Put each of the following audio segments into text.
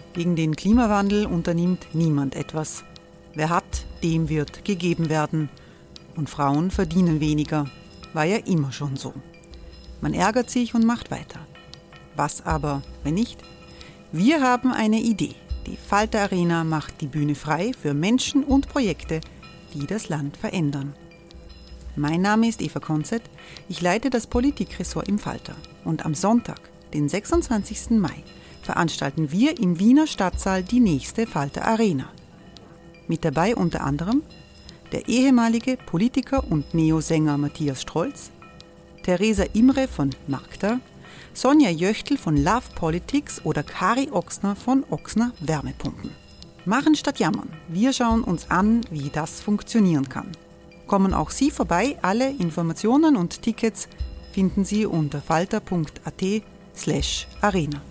Gegen den Klimawandel unternimmt niemand etwas. Wer hat, dem wird gegeben werden. Und Frauen verdienen weniger. War ja immer schon so. Man ärgert sich und macht weiter. Was aber, wenn nicht? Wir haben eine Idee. Die Falter Arena macht die Bühne frei für Menschen und Projekte, die das Land verändern. Mein Name ist Eva Konzett. Ich leite das Politikressort im Falter. Und am Sonntag, den 26. Mai, veranstalten wir im Wiener Stadtsaal die nächste Falter Arena. Mit dabei unter anderem der ehemalige Politiker und Neosänger Matthias Strolz, Theresa Imre von Magda, Sonja Jöchtl von Love Politics oder Kari Ochsner von Ochsner Wärmepumpen. Machen statt jammern. Wir schauen uns an, wie das funktionieren kann. Kommen auch Sie vorbei. Alle Informationen und Tickets finden Sie unter falter.at/arena.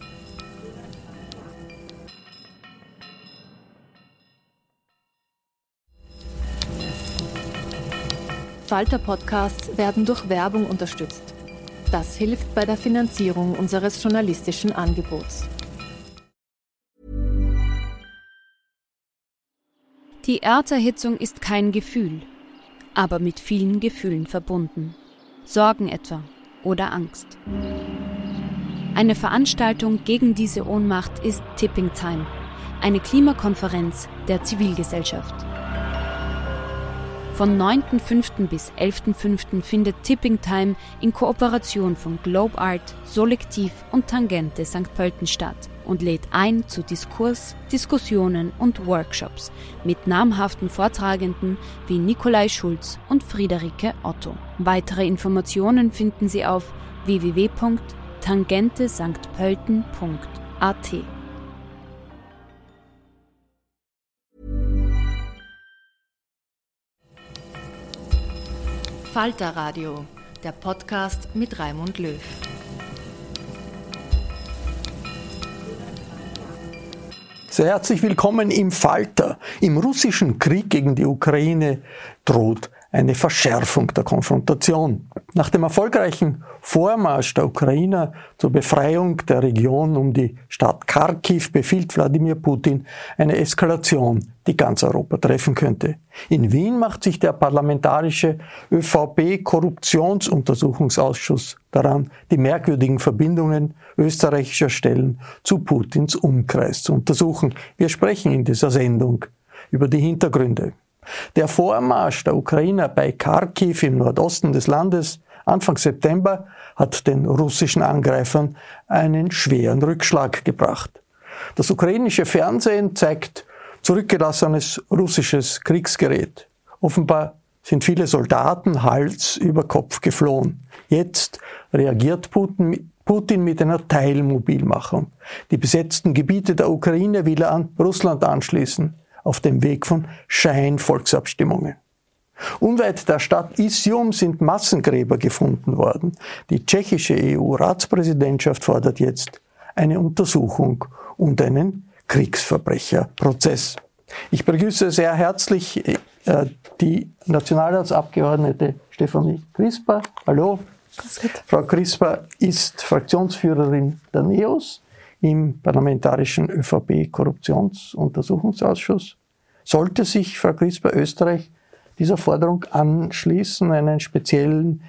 Falter-Podcasts werden durch Werbung unterstützt. Das hilft bei der Finanzierung unseres journalistischen Angebots. Die Erderhitzung ist kein Gefühl, aber mit vielen Gefühlen verbunden. Sorgen etwa oder Angst. Eine Veranstaltung gegen diese Ohnmacht ist Tipping Time, eine Klimakonferenz der Zivilgesellschaft. Von 9.5. bis 11.5. findet Tipping Time in Kooperation von Globe Art, Solektiv und Tangente St. Pölten statt und lädt ein zu Diskurs, Diskussionen und Workshops mit namhaften Vortragenden wie Nikolai Schulz und Friederike Otto. Weitere Informationen finden Sie auf www.tangentesanktpölten.at. Falter Radio, der Podcast mit Raimund Löw. Sehr herzlich willkommen im Falter. Im russischen Krieg gegen die Ukraine droht eine Verschärfung der Konfrontation. Nach dem erfolgreichen Vormarsch der Ukrainer zur Befreiung der Region um die Stadt Kharkiv befiehlt Wladimir Putin eine Eskalation, die ganz Europa treffen könnte. In Wien macht sich der parlamentarische ÖVP-Korruptionsuntersuchungsausschuss daran, die merkwürdigen Verbindungen österreichischer Stellen zu Putins Umkreis zu untersuchen. Wir sprechen in dieser Sendung über die Hintergründe. Der Vormarsch der Ukrainer bei Kharkiv im Nordosten des Landes Anfang September hat den russischen Angreifern einen schweren Rückschlag gebracht. Das ukrainische Fernsehen zeigt zurückgelassenes russisches Kriegsgerät. Offenbar sind viele Soldaten Hals über Kopf geflohen. Jetzt reagiert Putin mit einer Teilmobilmachung. Die besetzten Gebiete der Ukraine will er an Russland anschließen, auf dem Weg von Scheinvolksabstimmungen. Unweit der Stadt Isium sind Massengräber gefunden worden. Die tschechische EU-Ratspräsidentschaft fordert jetzt eine Untersuchung und einen Kriegsverbrecherprozess. Ich begrüße sehr herzlich die Nationalratsabgeordnete Stefanie Crisper. Hallo. Frau Crisper ist Fraktionsführerin der NEOS im Parlamentarischen ÖVP-Korruptionsuntersuchungsausschuss. Sollte sich, Frau Crisper, Österreich dieser Forderung anschließen, ein spezielles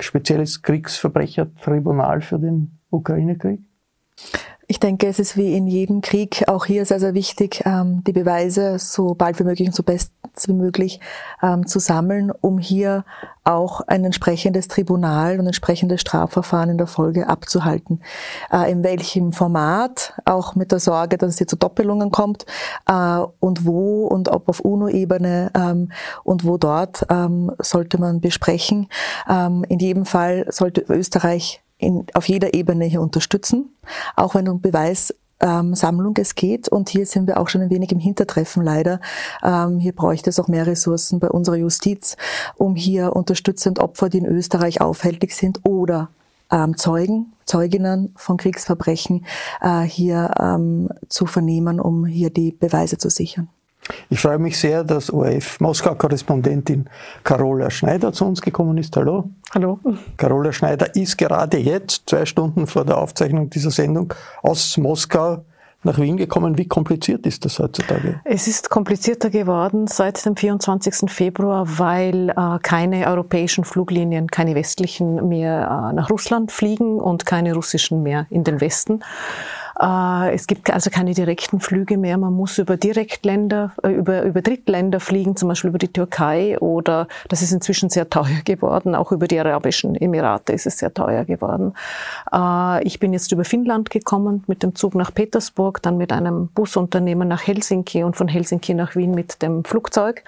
Kriegsverbrechertribunal für den Ukraine-Krieg? Ich denke, es ist wie in jedem Krieg auch hier sehr, sehr wichtig, die Beweise so bald wie möglich und so best wie möglich zu sammeln, um hier auch ein entsprechendes Tribunal und entsprechendes Strafverfahren in der Folge abzuhalten. In welchem Format, auch mit der Sorge, dass es hier zu Doppelungen kommt, und wo und ob auf UNO-Ebene und wo dort, sollte man besprechen. In jedem Fall sollte Österreich auf jeder Ebene hier unterstützen, auch wenn um Beweissammlung es geht. Und hier sind wir auch schon ein wenig im Hintertreffen leider. Hier bräuchte es auch mehr Ressourcen bei unserer Justiz, um hier unterstützend Opfer, die in Österreich auffällig sind, oder Zeuginnen von Kriegsverbrechen hier zu vernehmen, um hier die Beweise zu sichern. Ich freue mich sehr, dass ORF-Moskau-Korrespondentin Carola Schneider zu uns gekommen ist. Hallo. Hallo. Carola Schneider ist gerade jetzt, 2 Stunden vor der Aufzeichnung dieser Sendung, aus Moskau nach Wien gekommen. Wie kompliziert ist das heutzutage? Es ist komplizierter geworden seit dem 24. Februar, weil keine europäischen Fluglinien, keine westlichen mehr nach Russland fliegen und keine russischen mehr in den Westen. Es gibt also keine direkten Flüge mehr. Man muss über Direktländer, über Drittländer fliegen, zum Beispiel über die Türkei, oder das ist inzwischen sehr teuer geworden. Auch über die Arabischen Emirate ist es sehr teuer geworden. Ich bin jetzt über Finnland gekommen mit dem Zug nach Petersburg, dann mit einem Busunternehmen nach Helsinki und von Helsinki nach Wien mit dem Flugzeug.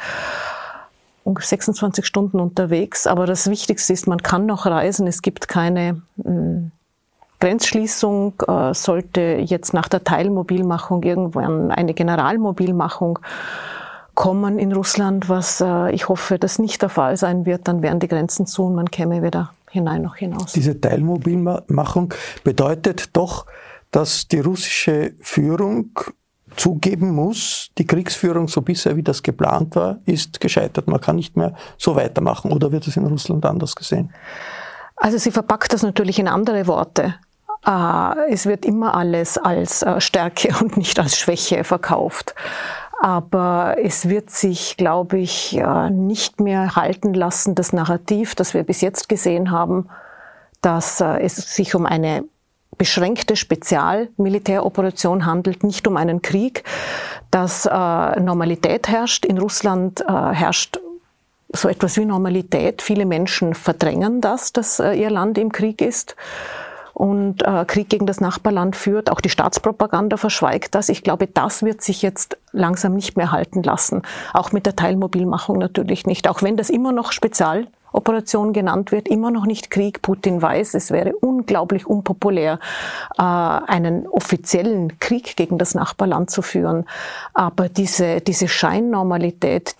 26 Stunden unterwegs. Aber das Wichtigste ist, man kann noch reisen. Es gibt keine Grenzschließung. Sollte jetzt nach der Teilmobilmachung irgendwann eine Generalmobilmachung kommen in Russland, was ich hoffe, dass nicht der Fall sein wird, dann wären die Grenzen zu und man käme weder hinein noch hinaus. Diese Teilmobilmachung bedeutet doch, dass die russische Führung zugeben muss, die Kriegsführung, so bisher wie das geplant war, ist gescheitert. Man kann nicht mehr so weitermachen. Oder wird es in Russland anders gesehen? Also sie verpackt das natürlich in andere Worte. Es wird immer alles als Stärke und nicht als Schwäche verkauft. Aber es wird sich, glaube ich, nicht mehr halten lassen, das Narrativ, das wir bis jetzt gesehen haben, dass es sich um eine beschränkte Spezialmilitäroperation handelt, nicht um einen Krieg, dass Normalität herrscht. In Russland herrscht so etwas wie Normalität. Viele Menschen verdrängen das, dass ihr Land im Krieg ist und Krieg gegen das Nachbarland führt. Auch die Staatspropaganda verschweigt das. Ich glaube, das wird sich jetzt langsam nicht mehr halten lassen. Auch mit der Teilmobilmachung natürlich nicht. Auch wenn das immer noch Spezialoperation genannt wird, immer noch nicht Krieg. Putin weiß, es wäre unglaublich unpopulär, einen offiziellen Krieg gegen das Nachbarland zu führen. Aber diese Scheinnormalität,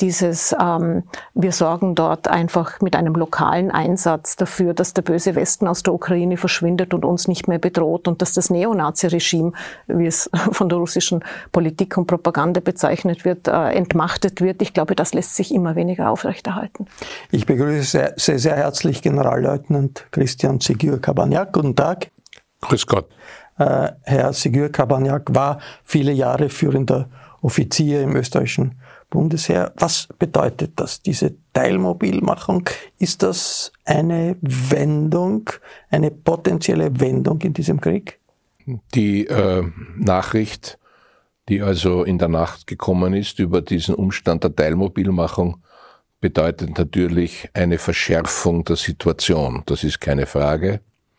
wir sorgen dort einfach mit einem lokalen Einsatz dafür, dass der böse Westen aus der Ukraine verschwindet und uns nicht mehr bedroht und dass das Neonazi-Regime, wie es von der russischen Politik und Propaganda bezeichnet wird, entmachtet wird. Ich glaube, das lässt sich immer weniger aufrechterhalten. Ich begrüße sehr, sehr herzlich Generalleutnant Christian Sigür-Cabanjac. Guten Tag. Grüß Gott. Herr Sigür-Cabanjac war viele Jahre führender Offizier im österreichischen Bundesheer. Was bedeutet das, diese Teilmobilmachung? Ist das eine Wendung, eine potenzielle Wendung in diesem Krieg? Die Nachricht, die also in der Nacht gekommen ist über diesen Umstand der Teilmobilmachung, bedeutet natürlich eine Verschärfung der Situation. Das ist keine Frage.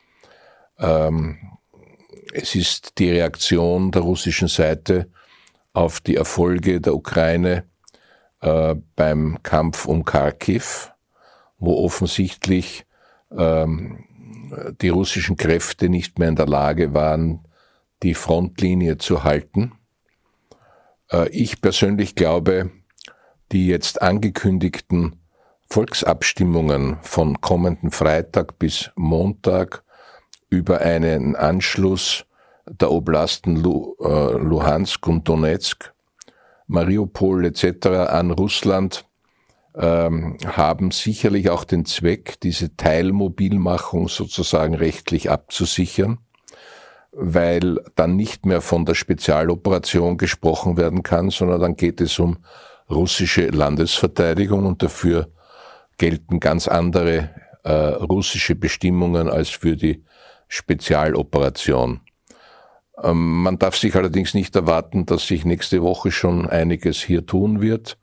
Es ist die Reaktion der russischen Seite auf die Erfolge der Ukraine beim Kampf um Kharkiv, wo offensichtlich die russischen Kräfte nicht mehr in der Lage waren, die Frontlinie zu halten. Ich persönlich glaube, die jetzt angekündigten Volksabstimmungen von kommenden Freitag bis Montag über einen Anschluss der Oblasten Luhansk und Donetsk, Mariupol etc. an Russland haben sicherlich auch den Zweck, diese Teilmobilmachung sozusagen rechtlich abzusichern, weil dann nicht mehr von der Spezialoperation gesprochen werden kann, sondern dann geht es um russische Landesverteidigung und dafür gelten ganz andere russische Bestimmungen als für die Spezialoperation. Man darf sich allerdings nicht erwarten, dass sich nächste Woche schon einiges hier tun wird.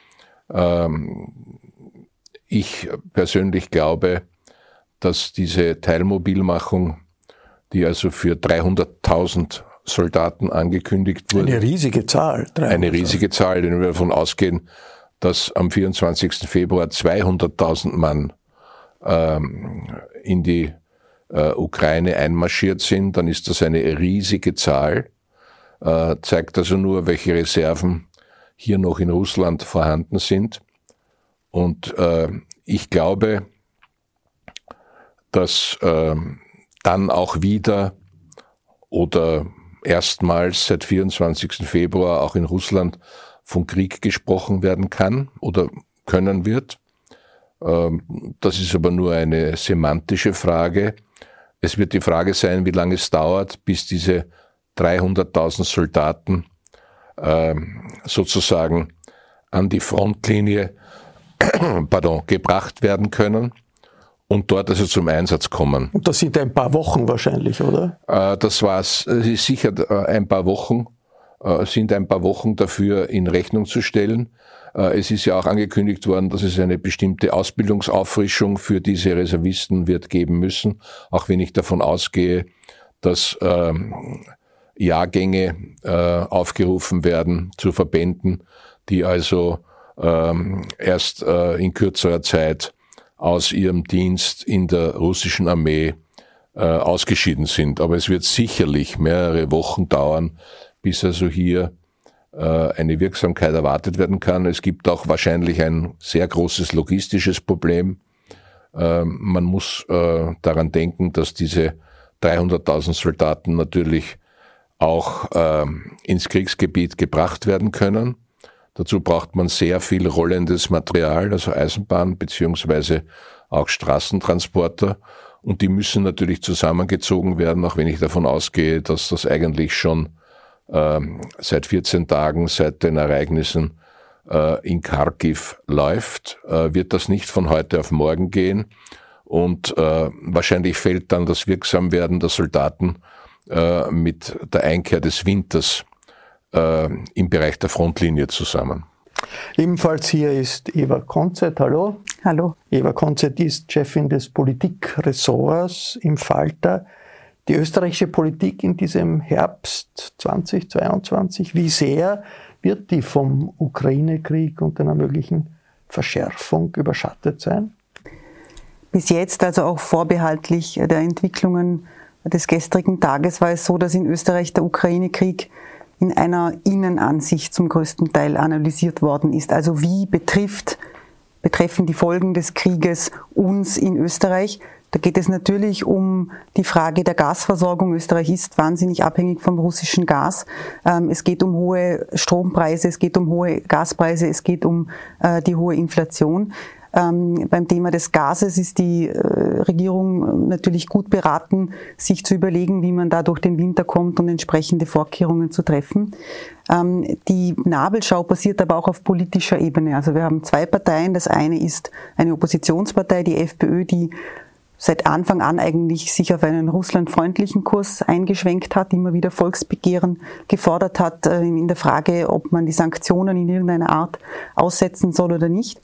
Ich persönlich glaube, dass diese Teilmobilmachung, die also für 300.000 Soldaten angekündigt wurde. Eine riesige Zahl. Eine riesige Zahl, wenn wir davon ausgehen, dass am 24. Februar 200.000 Mann in die Ukraine einmarschiert sind, dann ist das eine riesige Zahl. Zeigt also nur, welche Reserven hier noch in Russland vorhanden sind. Und ich glaube, dass dann auch wieder oder erstmals seit 24. Februar auch in Russland von Krieg gesprochen werden kann oder können wird. Das ist aber nur eine semantische Frage. Es wird die Frage sein, wie lange es dauert, bis diese 300.000 Soldaten sozusagen an die Frontlinie gebracht werden können und dort also zum Einsatz kommen. Und das sind ein paar Wochen wahrscheinlich, oder? Das ist sicher ein paar Wochen, sind ein paar Wochen dafür in Rechnung zu stellen. Es ist ja auch angekündigt worden, dass es eine bestimmte Ausbildungsauffrischung für diese Reservisten wird geben müssen, auch wenn ich davon ausgehe, dass Jahrgänge aufgerufen werden zu Verbänden, die also erst in kürzerer Zeit aus ihrem Dienst in der russischen Armee ausgeschieden sind. Aber es wird sicherlich mehrere Wochen dauern, bis also hier eine Wirksamkeit erwartet werden kann. Es gibt auch wahrscheinlich ein sehr großes logistisches Problem. Man muss daran denken, dass diese 300.000 Soldaten natürlich auch ins Kriegsgebiet gebracht werden können. Dazu braucht man sehr viel rollendes Material, also Eisenbahn beziehungsweise auch Straßentransporter. Und die müssen natürlich zusammengezogen werden, auch wenn ich davon ausgehe, dass das eigentlich schon seit 14 Tagen, seit den Ereignissen in Kharkiv läuft, wird das nicht von heute auf morgen gehen. Und wahrscheinlich fällt dann das Wirksamwerden der Soldaten mit der Einkehr des Winters im Bereich der Frontlinie zusammen. Ebenfalls hier ist Eva Konzett. Hallo. Hallo. Eva Konzett ist Chefin des Politikressorts im Falter. Die österreichische Politik in diesem Herbst 2022, wie sehr wird die vom Ukraine-Krieg und einer möglichen Verschärfung überschattet sein? Bis jetzt, also auch vorbehaltlich der Entwicklungen des gestrigen Tages, war es so, dass in Österreich der Ukraine-Krieg in einer Innenansicht zum größten Teil analysiert worden ist. Also wie betreffen die Folgen des Krieges uns in Österreich? Da geht es natürlich um die Frage der Gasversorgung. Österreich ist wahnsinnig abhängig vom russischen Gas. Es geht um hohe Strompreise, es geht um hohe Gaspreise, es geht um die hohe Inflation. Beim Thema des Gases ist die Regierung natürlich gut beraten, sich zu überlegen, wie man da durch den Winter kommt und entsprechende Vorkehrungen zu treffen. Die Nabelschau passiert aber auch auf politischer Ebene. Also wir haben zwei Parteien. Das eine ist eine Oppositionspartei, die FPÖ, die seit Anfang an eigentlich sich auf einen russlandfreundlichen Kurs eingeschwenkt hat, immer wieder Volksbegehren gefordert hat in der Frage, ob man die Sanktionen in irgendeiner Art aussetzen soll oder nicht.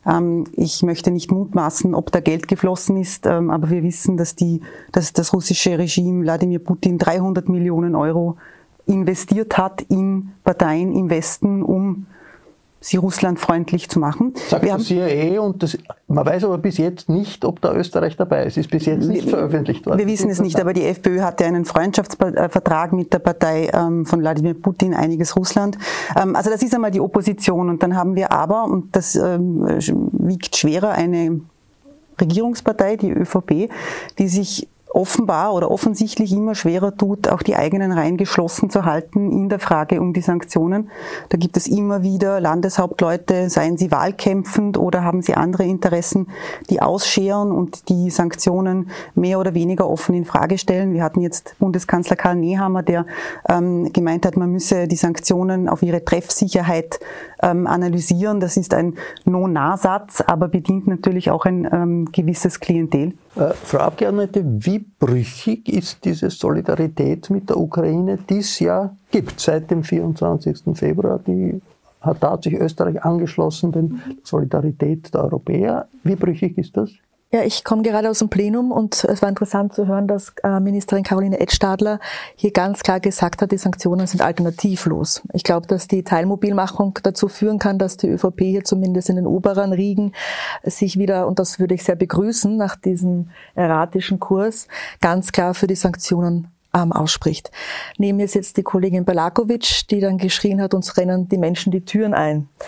Ich möchte nicht mutmaßen, ob da Geld geflossen ist, aber wir wissen, dass das russische Regime Wladimir Putin 300 Millionen Euro investiert hat in Parteien im Westen, um sie russlandfreundlich zu machen. Sagt der CIA und man weiß aber bis jetzt nicht, ob da Österreich dabei ist. Ist bis jetzt nicht veröffentlicht worden. Wir wissen es nicht, aber die FPÖ hatte einen Freundschaftsvertrag mit der Partei von Wladimir Putin, Einiges Russland. Also das ist einmal die Opposition. Und dann haben wir aber, und das wiegt schwerer, eine Regierungspartei, die ÖVP, die sich offenbar oder offensichtlich immer schwerer tut, auch die eigenen Reihen geschlossen zu halten in der Frage um die Sanktionen. Da gibt es immer wieder Landeshauptleute, seien sie wahlkämpfend oder haben sie andere Interessen, die ausscheren und die Sanktionen mehr oder weniger offen in Frage stellen. Wir hatten jetzt Bundeskanzler Karl Nehammer, der gemeint hat, man müsse die Sanktionen auf ihre Treffsicherheit analysieren. Das ist ein No-Nah-Satz, aber bedient natürlich auch ein gewisses Klientel. Frau Abgeordnete, wie brüchig ist diese Solidarität mit der Ukraine, die es ja gibt seit dem 24. Februar? Da hat sich Österreich angeschlossen, denn Solidarität der Europäer. Wie brüchig ist das? Ja, ich komme gerade aus dem Plenum und es war interessant zu hören, dass Ministerin Caroline Edstadler hier ganz klar gesagt hat, die Sanktionen sind alternativlos. Ich glaube, dass die Teilmobilmachung dazu führen kann, dass die ÖVP hier zumindest in den oberen Riegen sich wieder, und das würde ich sehr begrüßen, nach diesem erratischen Kurs, ganz klar für die Sanktionen ausspricht. Neben mir ist jetzt die Kollegin Balakovic, die dann geschrien hat, uns rennen die Menschen die Türen ein.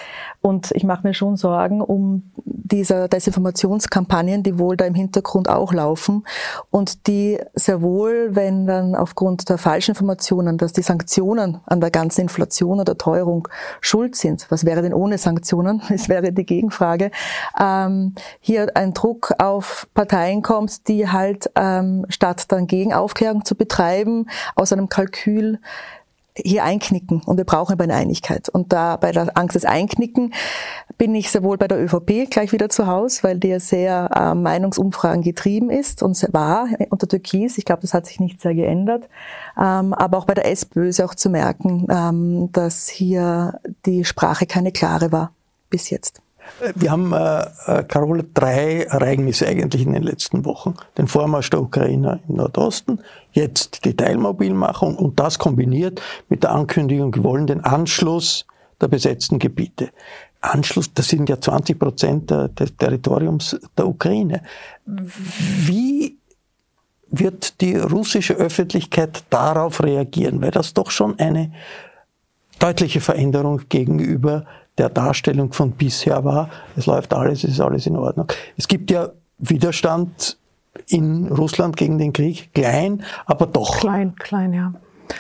Und ich mache mir schon Sorgen um diese Desinformationskampagnen, die wohl da im Hintergrund auch laufen und die sehr wohl, wenn dann aufgrund der falschen Informationen, dass die Sanktionen an der ganzen Inflation oder Teuerung schuld sind. Was wäre denn ohne Sanktionen? Das wäre die Gegenfrage. Hier ein Druck auf Parteien kommt, die halt statt dann Gegenaufklärung zu betreiben, aus einem Kalkül hier einknicken, und wir brauchen aber eine Einigkeit. Und da bei der Angst des Einknicken bin ich sehr wohl bei der ÖVP gleich wieder zu Hause, weil die ja sehr Meinungsumfragen getrieben ist und war unter Türkis. Ich glaube, das hat sich nicht sehr geändert. Aber auch bei der SPÖ ist auch zu merken, dass hier die Sprache keine klare war bis jetzt. Wir haben, Carola, 3 Ereignisse eigentlich in den letzten Wochen. Den Vormarsch der Ukrainer im Nordosten, jetzt die Teilmobilmachung und das kombiniert mit der Ankündigung, wir wollen den Anschluss der besetzten Gebiete. Anschluss, das sind ja 20% des Territoriums der Ukraine. Wie wird die russische Öffentlichkeit darauf reagieren? Weil das doch schon eine deutliche Veränderung gegenüber der Darstellung von bisher war, es läuft alles, es ist alles in Ordnung. Es gibt ja Widerstand in Russland gegen den Krieg, klein, aber doch. Klein, ja.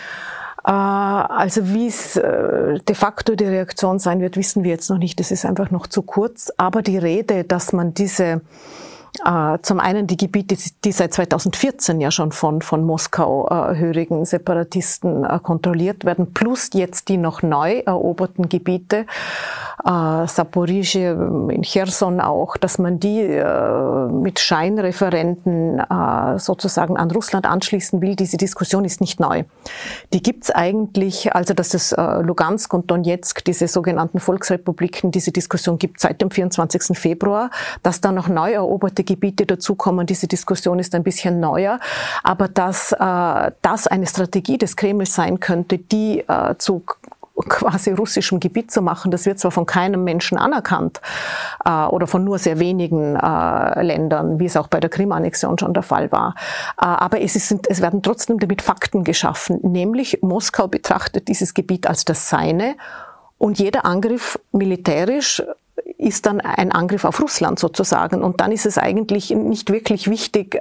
Also wie es de facto die Reaktion sein wird, wissen wir jetzt noch nicht. Das ist einfach noch zu kurz. Aber die Rede, dass man diese zum einen die Gebiete, die seit 2014 ja schon von Moskau hörigen Separatisten kontrolliert werden, plus jetzt die noch neu eroberten Gebiete, Saporizhzhia, in Cherson auch, dass man die mit Scheinreferenten sozusagen an Russland anschließen will. Diese Diskussion ist nicht neu. Die gibt's eigentlich, also dass es Lugansk und Donetsk, diese sogenannten Volksrepubliken, diese Diskussion gibt seit dem 24. Februar, dass da noch neu eroberte Gebiete dazukommen. Diese Diskussion ist ein bisschen neuer, aber dass das eine Strategie des Kremls sein könnte, die zu quasi russischem Gebiet zu machen, das wird zwar von keinem Menschen anerkannt oder von nur sehr wenigen Ländern, wie es auch bei der Krim-Annexion schon der Fall war, aber es werden trotzdem damit Fakten geschaffen, nämlich Moskau betrachtet dieses Gebiet als das seine und jeder Angriff militärisch ist dann ein Angriff auf Russland sozusagen. Und dann ist es eigentlich nicht wirklich wichtig,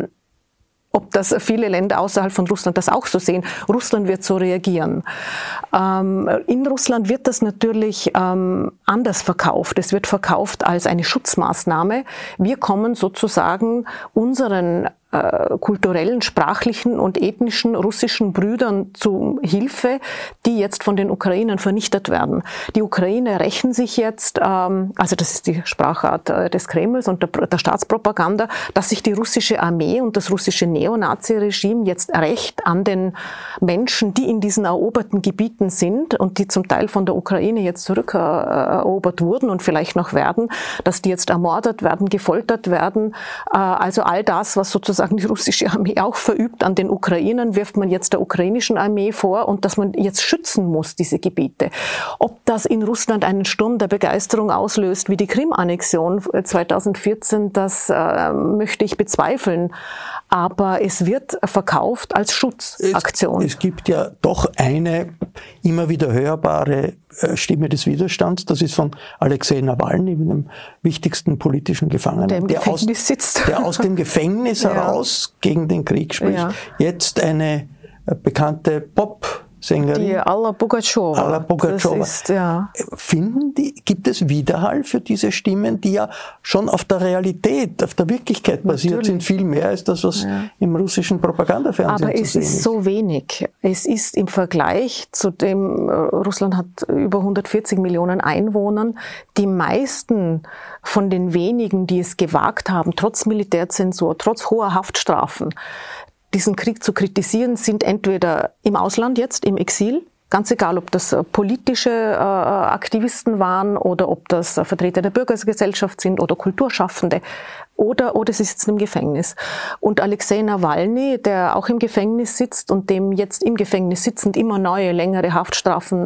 ob das viele Länder außerhalb von Russland das auch so sehen. Russland wird so reagieren. In Russland wird das natürlich anders verkauft. Es wird verkauft als eine Schutzmaßnahme. Wir kommen sozusagen unseren kulturellen, sprachlichen und ethnischen russischen Brüdern zu Hilfe, die jetzt von den Ukrainern vernichtet werden. Die Ukrainer rächen sich jetzt, also das ist die Sprachart des Kremls und der Staatspropaganda, dass sich die russische Armee und das russische Neonazi-Regime jetzt rächt an den Menschen, die in diesen eroberten Gebieten sind und die zum Teil von der Ukraine jetzt zurückerobert wurden und vielleicht noch werden, dass die jetzt ermordet werden, gefoltert werden. Also all das, was sozusagen die russische Armee auch verübt an den Ukrainern, wirft man jetzt der ukrainischen Armee vor und dass man jetzt schützen muss, diese Gebiete. Ob das in Russland einen Sturm der Begeisterung auslöst, wie die Krim-Annexion 2014, das möchte ich bezweifeln. Aber es wird verkauft als Schutzaktion. Es gibt ja doch eine immer wieder hörbare Stimme des Widerstands. Das ist von Alexei Nawalny, dem wichtigsten politischen Gefangenen, der im Gefängnis sitzt. Der aus dem Gefängnis heraus gegen den Krieg spricht. Ja. Jetzt eine bekannte Pop-Sängerin. Die Alla Pugačová. Das ist, ja. Gibt es Widerhall für diese Stimmen, die ja schon auf der Realität, auf der Wirklichkeit basiert sind, viel mehr als das, was im russischen Propagandafernsehen Aber zu sehen ist? Aber es ist so wenig. Es ist im Vergleich zu dem, Russland hat über 140 Millionen Einwohnern, die meisten von den wenigen, die es gewagt haben, trotz Militärzensur, trotz hoher Haftstrafen, diesen Krieg zu kritisieren, sind entweder im Ausland jetzt, im Exil, ganz egal, ob das politische Aktivisten waren oder ob das Vertreter der Bürgergesellschaft sind oder Kulturschaffende oder sie sitzen im Gefängnis. Und Alexei Nawalny, der auch im Gefängnis sitzt und dem jetzt im Gefängnis sitzend immer neue, längere Haftstrafen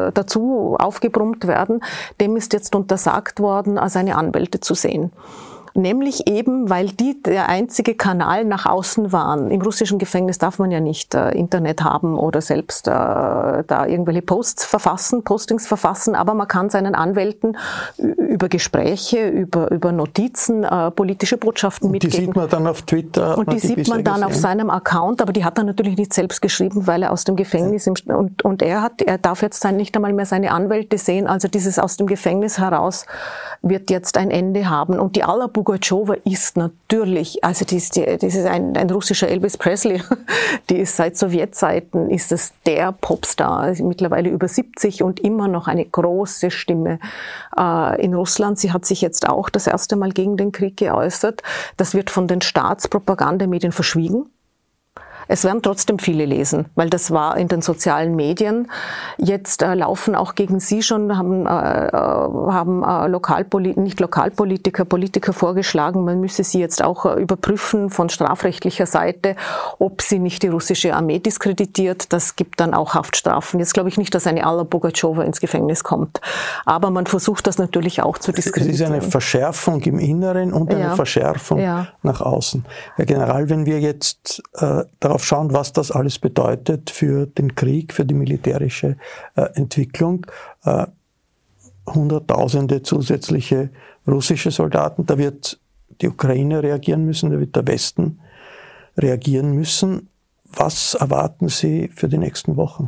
dazu aufgebrummt werden, dem ist jetzt untersagt worden, seine Anwälte zu sehen. Nämlich eben, weil die der einzige Kanal nach außen waren. Im russischen Gefängnis darf man ja nicht Internet haben oder selbst da irgendwelche Postings verfassen, aber man kann seinen Anwälten über Gespräche, über Notizen, politische Botschaften mitgeben. Die sieht man dann auf Twitter. Und die sieht man dann auf seinem Account, aber die hat er natürlich nicht selbst geschrieben, weil er aus dem Gefängnis und er darf jetzt nicht einmal mehr seine Anwälte sehen. Also dieses aus dem Gefängnis heraus wird jetzt ein Ende haben. Und die Alla Pugatschowa ist natürlich, also das ist ein russischer Elvis Presley, die ist seit Sowjetzeiten, ist es der Popstar, mittlerweile über 70 und immer noch eine große Stimme in Russland. Sie hat sich jetzt auch das erste Mal gegen den Krieg geäußert. Das wird von den Staatspropagandamedien verschwiegen. Es werden trotzdem viele lesen, weil das war in den sozialen Medien. Jetzt laufen auch gegen sie schon, haben Politiker vorgeschlagen, man müsse sie jetzt auch überprüfen von strafrechtlicher Seite, ob sie nicht die russische Armee diskreditiert. Das gibt dann auch Haftstrafen. Jetzt glaube ich nicht, dass eine Alla Pugatschowa ins Gefängnis kommt. Aber man versucht das natürlich auch zu diskreditieren. Es ist eine Verschärfung im Inneren und eine Verschärfung nach außen. Herr General, wenn wir jetzt darauf schauen, was das alles bedeutet für den Krieg, für die militärische Entwicklung. Hunderttausende zusätzliche russische Soldaten, da wird die Ukraine reagieren müssen, da wird der Westen reagieren müssen. Was erwarten Sie für die nächsten Wochen?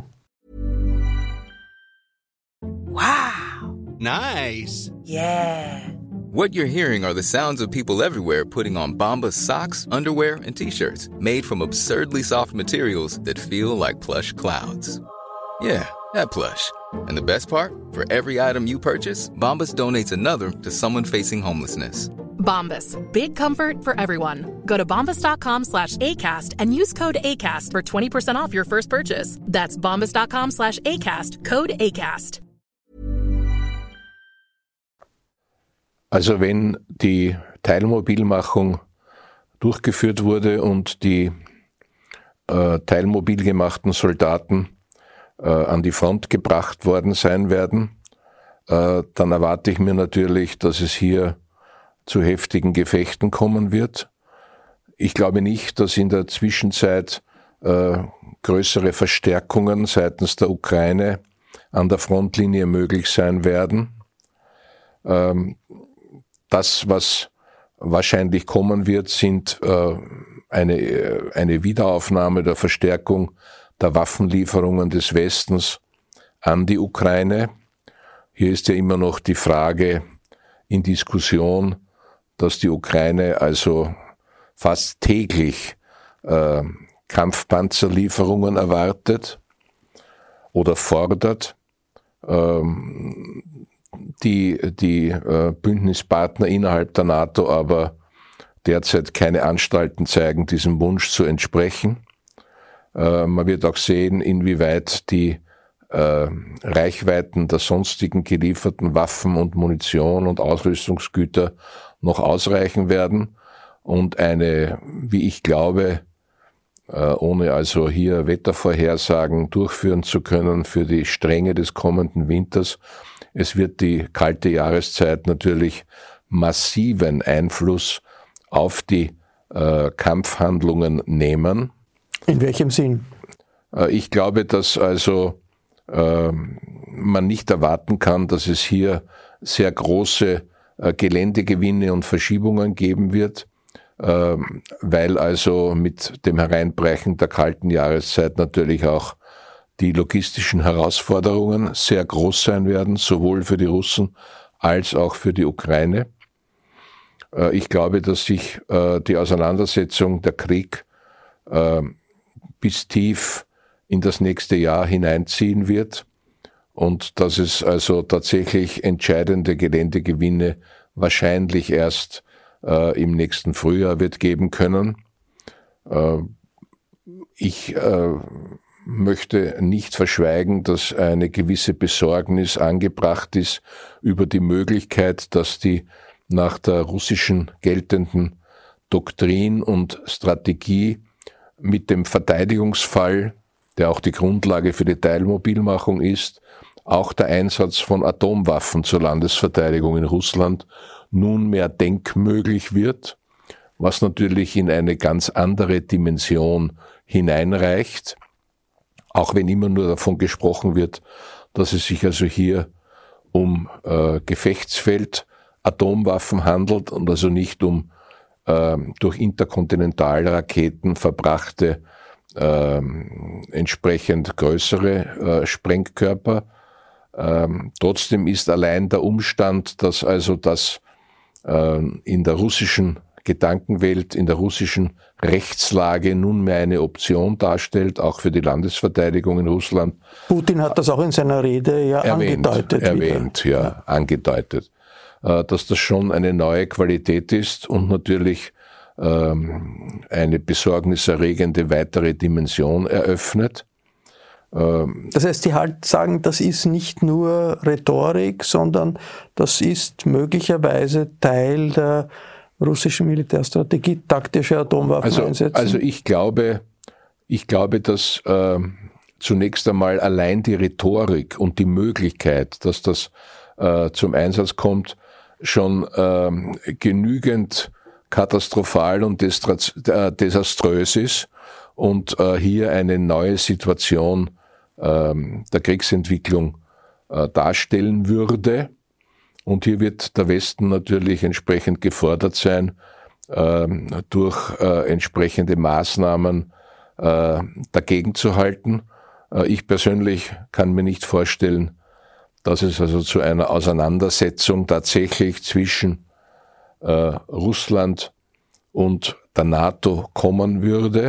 Wow! Nice! Yeah! What you're hearing are the sounds of people everywhere putting on Bombas socks, underwear, and T-shirts made from absurdly soft materials that feel like plush clouds. Yeah, that plush. And the best part? For every item you purchase, Bombas donates another to someone facing homelessness. Bombas. Big comfort for everyone. Go to bombas.com/ACAST and use code ACAST for 20% off your first purchase. That's bombas.com/ACAST. Code ACAST. Also wenn die Teilmobilmachung durchgeführt wurde und die teilmobil gemachten Soldaten an die Front gebracht worden sein werden, dann erwarte ich mir natürlich, dass es hier zu heftigen Gefechten kommen wird. Ich glaube nicht, dass in der Zwischenzeit größere Verstärkungen seitens der Ukraine an der Frontlinie möglich sein werden. Das, was wahrscheinlich kommen wird, sind eine Wiederaufnahme der Verstärkung der Waffenlieferungen des Westens an die Ukraine. Hier ist ja immer noch die Frage in Diskussion, dass die Ukraine also fast täglich Kampfpanzerlieferungen erwartet oder fordert. Die Bündnispartner innerhalb der NATO aber derzeit keine Anstalten zeigen, diesem Wunsch zu entsprechen. Man wird auch sehen, inwieweit die Reichweiten der sonstigen gelieferten Waffen und Munition und Ausrüstungsgüter noch ausreichen werden und eine, wie ich glaube, ohne also hier Wettervorhersagen durchführen zu können für die Strenge des kommenden Winters. Es wird die kalte Jahreszeit natürlich massiven Einfluss auf die Kampfhandlungen nehmen. In welchem Sinn? Ich glaube, dass also man nicht erwarten kann, dass es hier sehr große Geländegewinne und Verschiebungen geben wird, weil also mit dem Hereinbrechen der kalten Jahreszeit natürlich auch die logistischen Herausforderungen sehr groß sein werden, sowohl für die Russen als auch für die Ukraine. Ich glaube, dass sich die Auseinandersetzung, der Krieg bis tief in das nächste Jahr hineinziehen wird und dass es also tatsächlich entscheidende Geländegewinne wahrscheinlich erst im nächsten Frühjahr wird geben können. Ich möchte nicht verschweigen, dass eine gewisse Besorgnis angebracht ist über die Möglichkeit, dass die nach der russischen geltenden Doktrin und Strategie mit dem Verteidigungsfall, der auch die Grundlage für die Teilmobilmachung ist, auch der Einsatz von Atomwaffen zur Landesverteidigung in Russland nunmehr denkmöglich wird, was natürlich in eine ganz andere Dimension hineinreicht, auch wenn immer nur davon gesprochen wird, dass es sich also hier um Gefechtsfeld Atomwaffen handelt und also nicht um durch Interkontinentalraketen verbrachte entsprechend größere Sprengkörper. Trotzdem ist allein der Umstand, dass also das in der russischen Gedankenwelt, in der russischen Rechtslage nunmehr eine Option darstellt, auch für die Landesverteidigung in Russland. Putin hat das auch in seiner Rede angedeutet, dass das schon eine neue Qualität ist und natürlich eine besorgniserregende weitere Dimension eröffnet. Das heißt, Sie halt sagen, das ist nicht nur Rhetorik, sondern das ist möglicherweise Teil der russischen Militärstrategie, taktische Atomwaffen einsetzen? Also ich glaube, dass zunächst einmal allein die Rhetorik und die Möglichkeit, dass das zum Einsatz kommt, schon genügend katastrophal und desaströs ist und hier eine neue Situation der Kriegsentwicklung darstellen würde. Und hier wird der Westen natürlich entsprechend gefordert sein, durch entsprechende Maßnahmen dagegen zu halten. Ich persönlich kann mir nicht vorstellen, dass es also zu einer Auseinandersetzung tatsächlich zwischen Russland und der NATO kommen würde.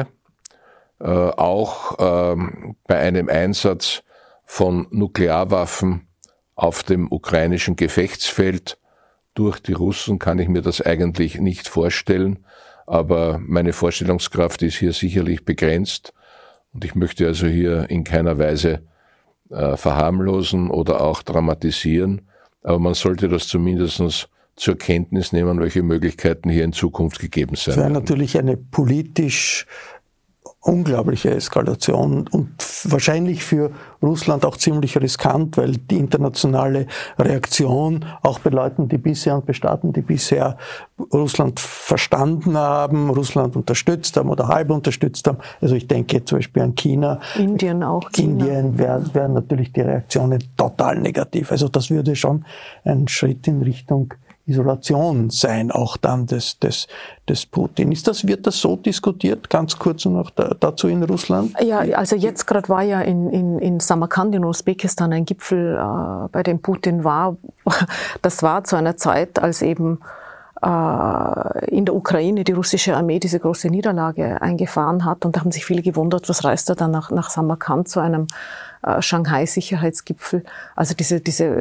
Auch bei einem Einsatz von Nuklearwaffen auf dem ukrainischen Gefechtsfeld durch die Russen kann ich mir das eigentlich nicht vorstellen, aber meine Vorstellungskraft ist hier sicherlich begrenzt und ich möchte also hier in keiner Weise verharmlosen oder auch dramatisieren, aber man sollte das zumindest zur Kenntnis nehmen, welche Möglichkeiten hier in Zukunft gegeben sein werden. Das wäre natürlich eine politisch unglaubliche Eskalation und wahrscheinlich für Russland auch ziemlich riskant, weil die internationale Reaktion auch bei Leuten, die bisher und bei Staaten, die bisher Russland verstanden haben, Russland unterstützt haben oder halb unterstützt haben. Also ich denke zum Beispiel an China. Indien auch. Indien wären natürlich die Reaktionen total negativ. Also das würde schon ein Schritt in Richtung Isolation sein, auch dann des Putin. Wird das so diskutiert? Ganz kurz noch dazu in Russland? Ja, also jetzt gerade war ja in Samarkand in Usbekistan ein Gipfel, bei dem Putin war. Das war zu einer Zeit, als eben in der Ukraine die russische Armee diese große Niederlage eingefahren hat. Und da haben sich viele gewundert, was reist er dann nach Samarkand zu einem Shanghai-Sicherheitsgipfel. Also diese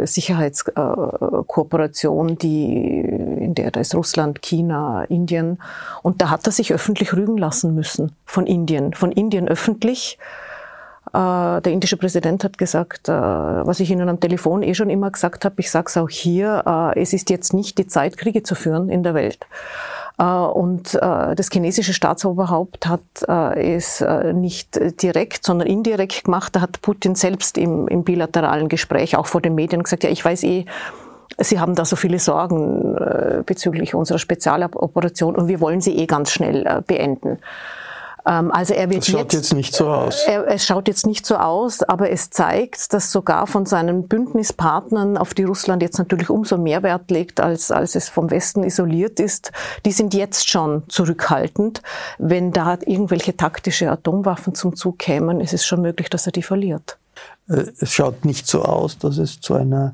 Sicherheitskooperation, in der da ist Russland, China, Indien. Und da hat er sich öffentlich rügen lassen müssen von Indien. Von Indien öffentlich. Der indische Präsident hat gesagt, was ich Ihnen am Telefon schon immer gesagt habe, ich sage es auch hier, es ist jetzt nicht die Zeit, Kriege zu führen in der Welt. Und das chinesische Staatsoberhaupt hat es nicht direkt, sondern indirekt gemacht. Da hat Putin selbst im bilateralen Gespräch, auch vor den Medien, gesagt, ja, ich weiß Sie haben da so viele Sorgen bezüglich unserer Spezialoperation und wir wollen sie ganz schnell beenden. Also das schaut jetzt nicht so aus. Es schaut jetzt nicht so aus, aber es zeigt, dass sogar von seinen Bündnispartnern, auf die Russland jetzt natürlich umso mehr Wert legt, als es vom Westen isoliert ist, die sind jetzt schon zurückhaltend. Wenn da irgendwelche taktische Atomwaffen zum Zug kämen, ist es schon möglich, dass er die verliert. Es schaut nicht so aus, dass es zu einer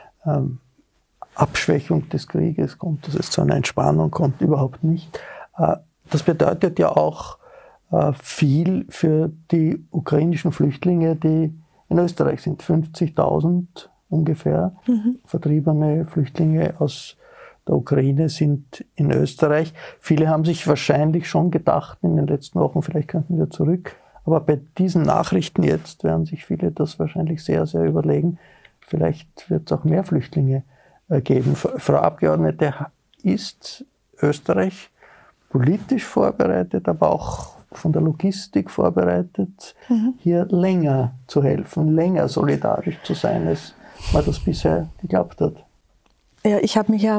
Abschwächung des Krieges kommt, dass es zu einer Entspannung kommt, überhaupt nicht. Das bedeutet ja auch viel für die ukrainischen Flüchtlinge, die in Österreich sind. 50.000 ungefähr vertriebene Flüchtlinge aus der Ukraine sind in Österreich. Viele haben sich wahrscheinlich schon gedacht in den letzten Wochen, vielleicht könnten wir zurück. Aber bei diesen Nachrichten jetzt werden sich viele das wahrscheinlich sehr, sehr überlegen. Vielleicht wird es auch mehr Flüchtlinge geben. Frau Abgeordnete, ist Österreich politisch vorbereitet, aber auch von der Logistik vorbereitet, hier länger zu helfen, länger solidarisch zu sein, als man das bisher geglaubt hat? Ja, ich habe mich ja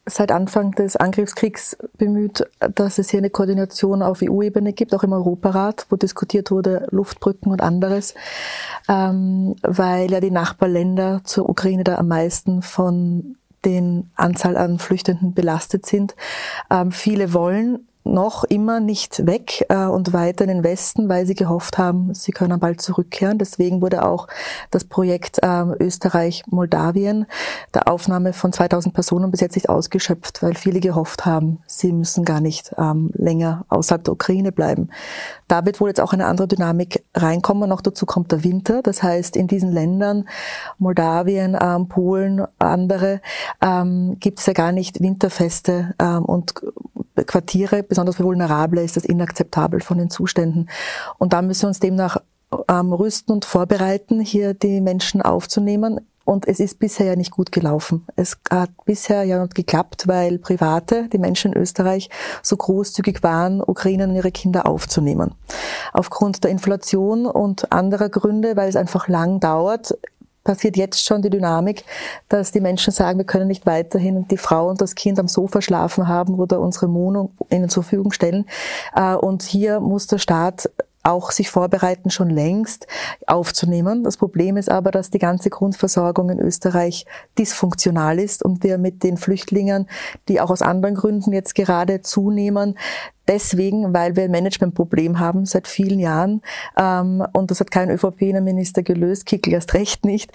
seit Anfang des Angriffskriegs bemüht, dass es hier eine Koordination auf EU-Ebene gibt, auch im Europarat, wo diskutiert wurde, Luftbrücken und anderes, weil ja die Nachbarländer zur Ukraine da am meisten von den Anzahl an Flüchtenden belastet sind. Viele wollen noch immer nicht weg und weiter in den Westen, weil sie gehofft haben, sie können bald zurückkehren. Deswegen wurde auch das Projekt Österreich-Moldawien der Aufnahme von 2000 Personen bis jetzt nicht ausgeschöpft, weil viele gehofft haben, sie müssen gar nicht länger außerhalb der Ukraine bleiben. Da wird wohl jetzt auch eine andere Dynamik reinkommen. Noch dazu kommt der Winter. Das heißt, in diesen Ländern, Moldawien, Polen, andere, gibt es ja gar nicht winterfeste und Quartiere, besonders für Vulnerable ist das inakzeptabel von den Zuständen. Und da müssen wir uns demnach rüsten und vorbereiten, hier die Menschen aufzunehmen. Und es ist bisher ja nicht gut gelaufen. Es hat bisher ja nicht geklappt, weil Private, die Menschen in Österreich, so großzügig waren, Ukrainer und ihre Kinder aufzunehmen. Aufgrund der Inflation und anderer Gründe, weil es einfach lang dauert, passiert jetzt schon die Dynamik, dass die Menschen sagen, wir können nicht weiterhin die Frau und das Kind am Sofa schlafen haben oder unsere Wohnung ihnen zur Verfügung stellen. Und hier muss der Staat auch sich vorbereiten, schon längst aufzunehmen. Das Problem ist aber, dass die ganze Grundversorgung in Österreich dysfunktional ist und wir mit den Flüchtlingen, die auch aus anderen Gründen jetzt gerade zunehmen, deswegen, weil wir ein Managementproblem haben seit vielen Jahren, und das hat kein ÖVP-Innenminister gelöst, Kickl erst recht nicht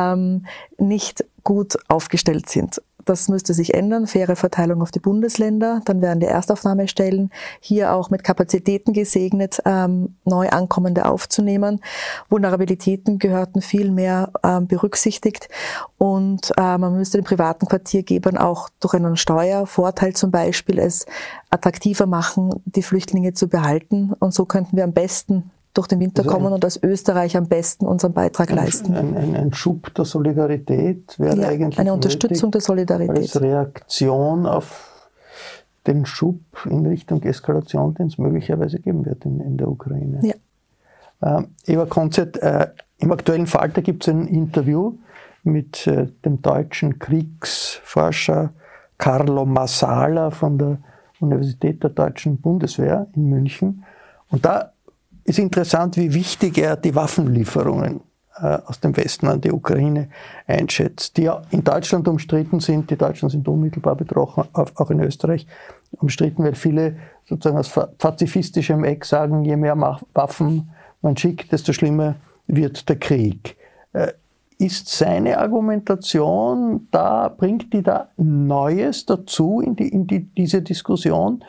gut aufgestellt sind. Das müsste sich ändern, faire Verteilung auf die Bundesländer, dann werden die Erstaufnahmestellen hier auch mit Kapazitäten gesegnet, neu Ankommende aufzunehmen. Vulnerabilitäten gehörten viel mehr berücksichtigt und man müsste den privaten Quartiergebern auch durch einen Steuervorteil zum Beispiel es attraktiver machen, die Flüchtlinge zu behalten, und so könnten wir am besten durch den Winter kommen und als Österreich am besten unseren Beitrag leisten. Ein Schub der Solidarität wäre eigentlich eine Unterstützung nötig, der Solidarität. als Reaktion auf den Schub in Richtung Eskalation, den es möglicherweise geben wird in der Ukraine. Ja. Eva Konzett, im aktuellen Falter gibt es ein Interview mit dem deutschen Kriegsforscher Carlo Massala von der Universität der Deutschen Bundeswehr in München. Und da ist interessant, wie wichtig er die Waffenlieferungen aus dem Westen an die Ukraine einschätzt, die ja in Deutschland umstritten sind. Die Deutschen sind unmittelbar betroffen, auch in Österreich umstritten, weil viele sozusagen aus pazifistischem Eck sagen, je mehr Waffen man schickt, desto schlimmer wird der Krieg. Ist seine Argumentation da, bringt die da Neues dazu in diese Diskussion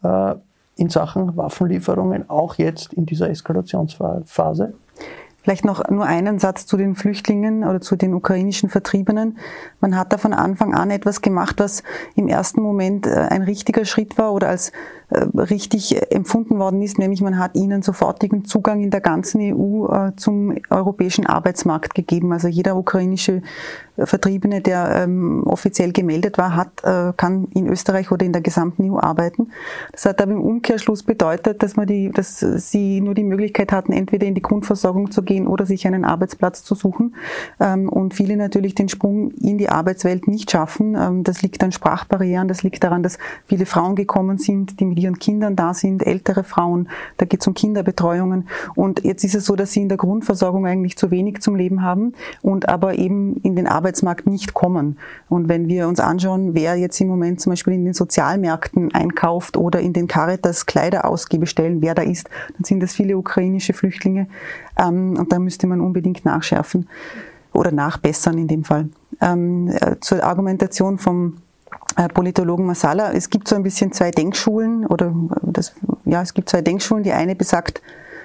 in Sachen Waffenlieferungen, auch jetzt in dieser Eskalationsphase? Vielleicht noch nur einen Satz zu den Flüchtlingen oder zu den ukrainischen Vertriebenen. Man hat da von Anfang an etwas gemacht, was im ersten Moment ein richtiger Schritt war oder als richtig empfunden worden ist, nämlich man hat ihnen sofortigen Zugang in der ganzen EU zum europäischen Arbeitsmarkt gegeben. Also jeder ukrainische Vertriebene, der offiziell gemeldet war, kann in Österreich oder in der gesamten EU arbeiten. Das hat aber im Umkehrschluss bedeutet, dass sie nur die Möglichkeit hatten, entweder in die Grundversorgung zu gehen oder sich einen Arbeitsplatz zu suchen. Und viele natürlich den Sprung in die Arbeitswelt nicht schaffen. Das liegt an Sprachbarrieren, das liegt daran, dass viele Frauen gekommen sind, die mit ihren Kindern da sind, ältere Frauen, da geht es um Kinderbetreuungen. Und jetzt ist es so, dass sie in der Grundversorgung eigentlich zu wenig zum Leben haben und aber eben in den Arbeitsmarkt nicht kommen. Und wenn wir uns anschauen, wer jetzt im Moment zum Beispiel in den Sozialmärkten einkauft oder in den Caritas Kleiderausgebestellen, wer da ist, dann sind das viele ukrainische Flüchtlinge. Und da müsste man unbedingt nachschärfen oder nachbessern in dem Fall. Zur Argumentation vom Politologen Massala. Es gibt so ein bisschen zwei Denkschulen es gibt zwei Denkschulen. Die eine besagt,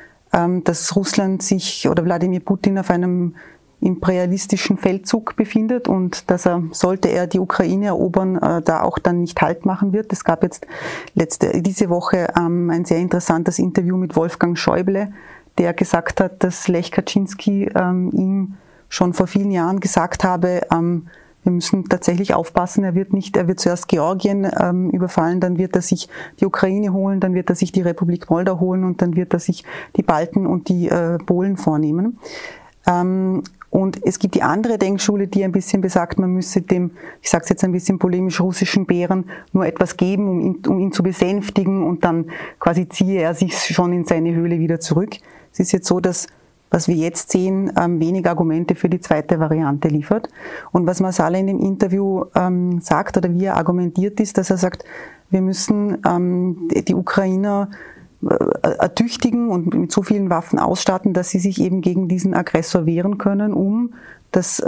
dass Russland sich oder Wladimir Putin auf einem imperialistischen Feldzug befindet und dass sollte er die Ukraine erobern, da auch dann nicht Halt machen wird. Es gab jetzt diese Woche ein sehr interessantes Interview mit Wolfgang Schäuble, der gesagt hat, dass Lech Kaczynski ihm schon vor vielen Jahren gesagt habe, wir müssen tatsächlich aufpassen, er wird zuerst Georgien überfallen, dann wird er sich die Ukraine holen, dann wird er sich die Republik Moldau holen und dann wird er sich die Balten und die Polen vornehmen. Und es gibt die andere Denkschule, die ein bisschen besagt, man müsse dem, ich sage es jetzt ein bisschen polemisch, russischen Bären nur etwas geben, um ihn zu besänftigen, und dann quasi ziehe er sich schon in seine Höhle wieder zurück. Es ist jetzt so, dass, was wir jetzt sehen, wenig Argumente für die zweite Variante liefert. Und was Marsala in dem Interview sagt, oder wie er argumentiert, ist, dass er sagt, wir müssen die Ukrainer ertüchtigen und mit so vielen Waffen ausstatten, dass sie sich eben gegen diesen Aggressor wehren können, um das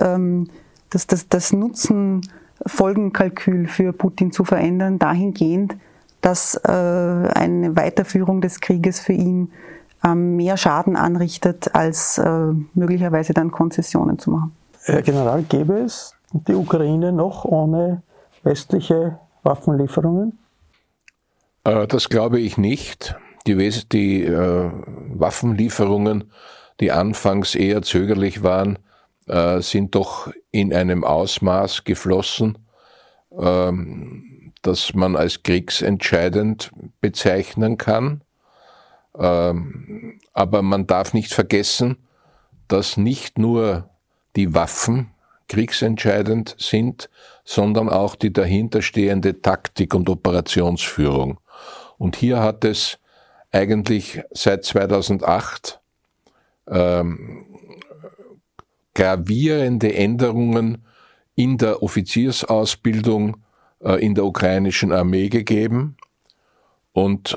Nutzen-Folgenkalkül für Putin zu verändern, dahingehend, dass eine Weiterführung des Krieges für ihn mehr Schaden anrichtet, als möglicherweise dann Konzessionen zu machen. Herr General, gäbe es die Ukraine noch ohne westliche Waffenlieferungen? Das glaube ich nicht. Die Waffenlieferungen, die anfangs eher zögerlich waren, sind doch in einem Ausmaß geflossen, das man als kriegsentscheidend bezeichnen kann. Aber man darf nicht vergessen, dass nicht nur die Waffen kriegsentscheidend sind, sondern auch die dahinterstehende Taktik und Operationsführung. Und hier hat es eigentlich seit 2008 gravierende Änderungen in der Offiziersausbildung in der ukrainischen Armee gegeben. Und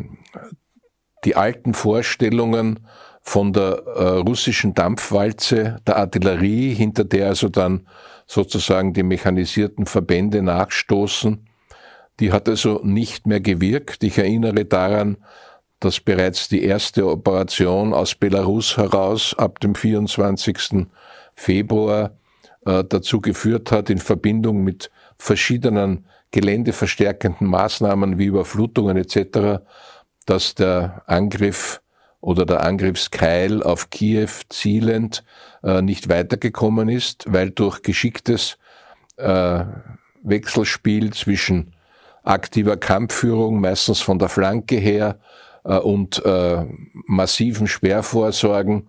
die alten Vorstellungen von der russischen Dampfwalze, der Artillerie, hinter der also dann sozusagen die mechanisierten Verbände nachstoßen, die hat also nicht mehr gewirkt. Ich erinnere daran, dass bereits die erste Operation aus Belarus heraus ab dem 24. Februar dazu geführt hat, in Verbindung mit verschiedenen geländeverstärkenden Maßnahmen wie Überflutungen etc., dass der Angriff oder der Angriffskeil auf Kiew zielend nicht weitergekommen ist, weil durch geschicktes Wechselspiel zwischen aktiver Kampfführung, meistens von der Flanke her, und massiven Sperrvorsorgen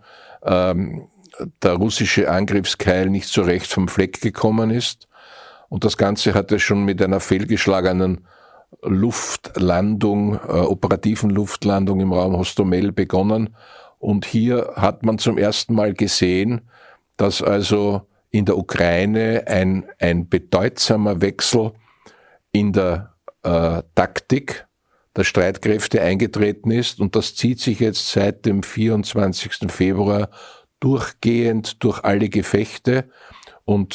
der russische Angriffskeil nicht so recht vom Fleck gekommen ist. Und das Ganze hatte schon mit einer fehlgeschlagenen Luftlandung, operativen Luftlandung im Raum Hostomel begonnen. Und hier hat man zum ersten Mal gesehen, dass also in der Ukraine ein bedeutsamer Wechsel in der Taktik der Streitkräfte eingetreten ist, und das zieht sich jetzt seit dem 24. Februar durchgehend durch alle Gefechte und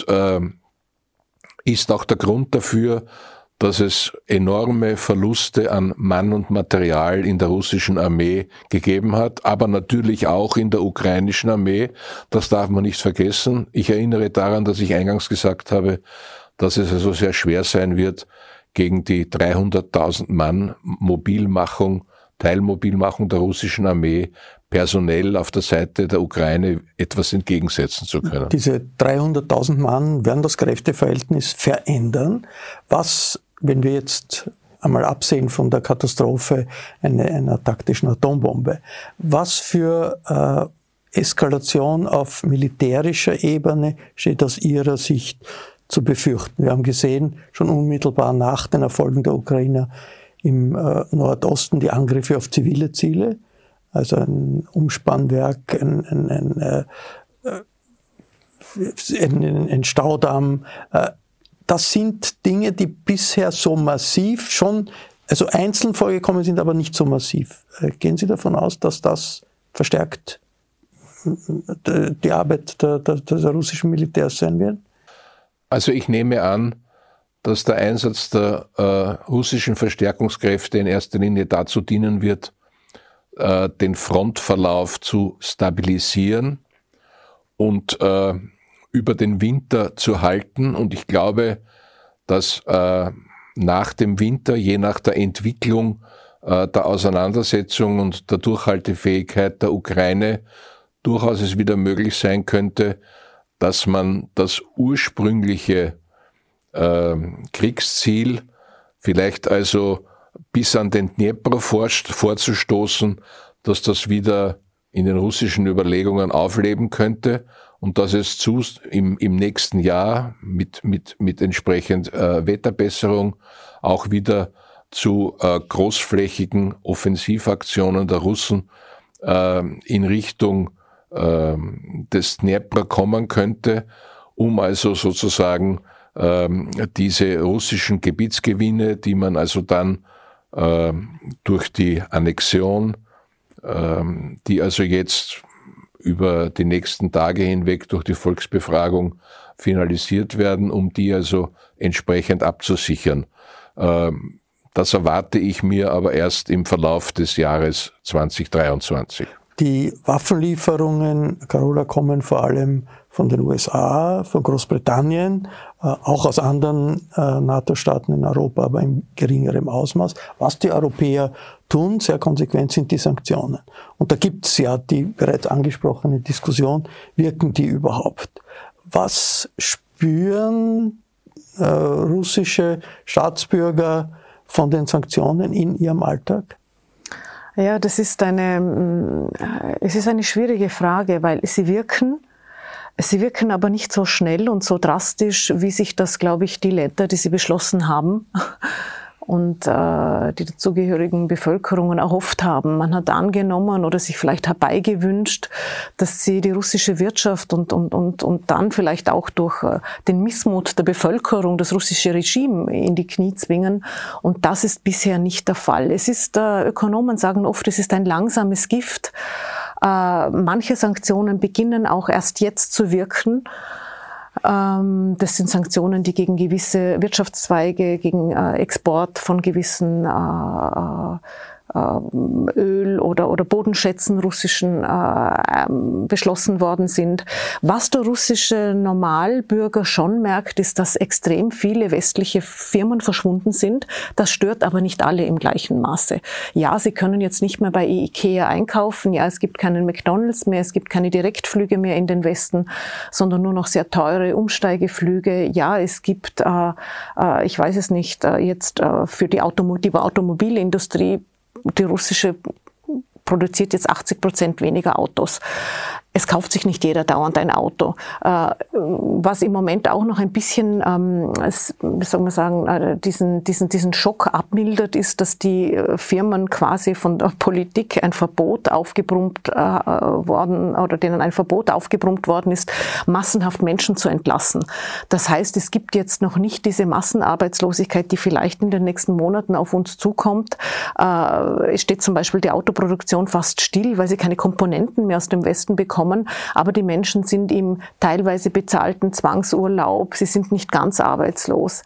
ist auch der Grund dafür, dass es enorme Verluste an Mann und Material in der russischen Armee gegeben hat, aber natürlich auch in der ukrainischen Armee. Das darf man nicht vergessen. Ich erinnere daran, dass ich eingangs gesagt habe, dass es also sehr schwer sein wird, gegen die 300.000 Mann Teilmobilmachung der russischen Armee personell auf der Seite der Ukraine etwas entgegensetzen zu können. Diese 300.000 Mann werden das Kräfteverhältnis verändern. Was, wenn wir jetzt einmal absehen von der Katastrophe einer taktischen Atombombe, was für Eskalation auf militärischer Ebene steht aus Ihrer Sicht zu befürchten? Wir haben gesehen, schon unmittelbar nach den Erfolgen der Ukrainer im Nordosten die Angriffe auf zivile Ziele, also ein Umspannwerk, ein Staudamm. Das sind Dinge, die bisher so massiv schon, also einzeln vorgekommen sind, aber nicht so massiv. Gehen Sie davon aus, dass das verstärkt die Arbeit des russischen Militärs sein wird? Also ich nehme an, dass der Einsatz der russischen Verstärkungskräfte in erster Linie dazu dienen wird, den Frontverlauf zu stabilisieren und über den Winter zu halten. Und ich glaube, dass nach dem Winter, je nach der Entwicklung der Auseinandersetzung und der Durchhaltefähigkeit der Ukraine, durchaus es wieder möglich sein könnte, dass man das ursprüngliche Kriegsziel, vielleicht also bis an den Dnepr vorzustoßen, dass das wieder in den russischen Überlegungen aufleben könnte und dass es im nächsten Jahr mit entsprechend Wetterbesserung auch wieder zu großflächigen Offensivaktionen der Russen in Richtung des Dnepr kommen könnte, um also sozusagen diese russischen Gebietsgewinne, die man also dann durch die Annexion, die also jetzt über die nächsten Tage hinweg durch die Volksbefragung finalisiert werden, um die also entsprechend abzusichern. Das erwarte ich mir aber erst im Verlauf des Jahres 2023. Die Waffenlieferungen, Carola, kommen vor allem von den USA, von Großbritannien, auch aus anderen NATO-Staaten in Europa, aber in geringerem Ausmaß. Was die Europäer tun, sehr konsequent, sind die Sanktionen. Und da gibt es ja die bereits angesprochene Diskussion, wirken die überhaupt? Was spüren russische Staatsbürger von den Sanktionen in ihrem Alltag? Ja, es ist eine schwierige Frage, weil sie wirken aber nicht so schnell und so drastisch, wie sich das, glaube ich, die Länder, die sie beschlossen haben und die dazugehörigen Bevölkerungen erhofft haben. Man hat angenommen oder sich vielleicht herbeigewünscht, dass sie die russische Wirtschaft und dann vielleicht auch durch den Missmut der Bevölkerung das russische Regime in die Knie zwingen. Und das ist bisher nicht der Fall. Ökonomen sagen oft, es ist ein langsames Gift. Manche Sanktionen beginnen auch erst jetzt zu wirken. Das sind Sanktionen, die gegen gewisse Wirtschaftszweige, gegen Export von gewissen Öl- oder Bodenschätzen russischen beschlossen worden sind. Was der russische Normalbürger schon merkt, ist, dass extrem viele westliche Firmen verschwunden sind. Das stört aber nicht alle im gleichen Maße. Ja, sie können jetzt nicht mehr bei Ikea einkaufen. Ja, es gibt keinen McDonald's mehr, es gibt keine Direktflüge mehr in den Westen, sondern nur noch sehr teure Umsteigeflüge. Ja, es gibt, ich weiß es nicht, jetzt für die Automobilindustrie, die russische produziert jetzt 80% weniger Autos. Es kauft sich nicht jeder dauernd ein Auto. Was im Moment auch noch ein bisschen, wie soll man sagen, diesen Schock abmildert, ist, dass die Firmen quasi von der Politik ein Verbot aufgebrummt worden, oder denen ein Verbot aufgebrummt worden ist, massenhaft Menschen zu entlassen. Das heißt, es gibt jetzt noch nicht diese Massenarbeitslosigkeit, die vielleicht in den nächsten Monaten auf uns zukommt. Es steht zum Beispiel die Autoproduktion fast still, weil sie keine Komponenten mehr aus dem Westen bekommen. Aber die Menschen sind im teilweise bezahlten Zwangsurlaub, sie sind nicht ganz arbeitslos.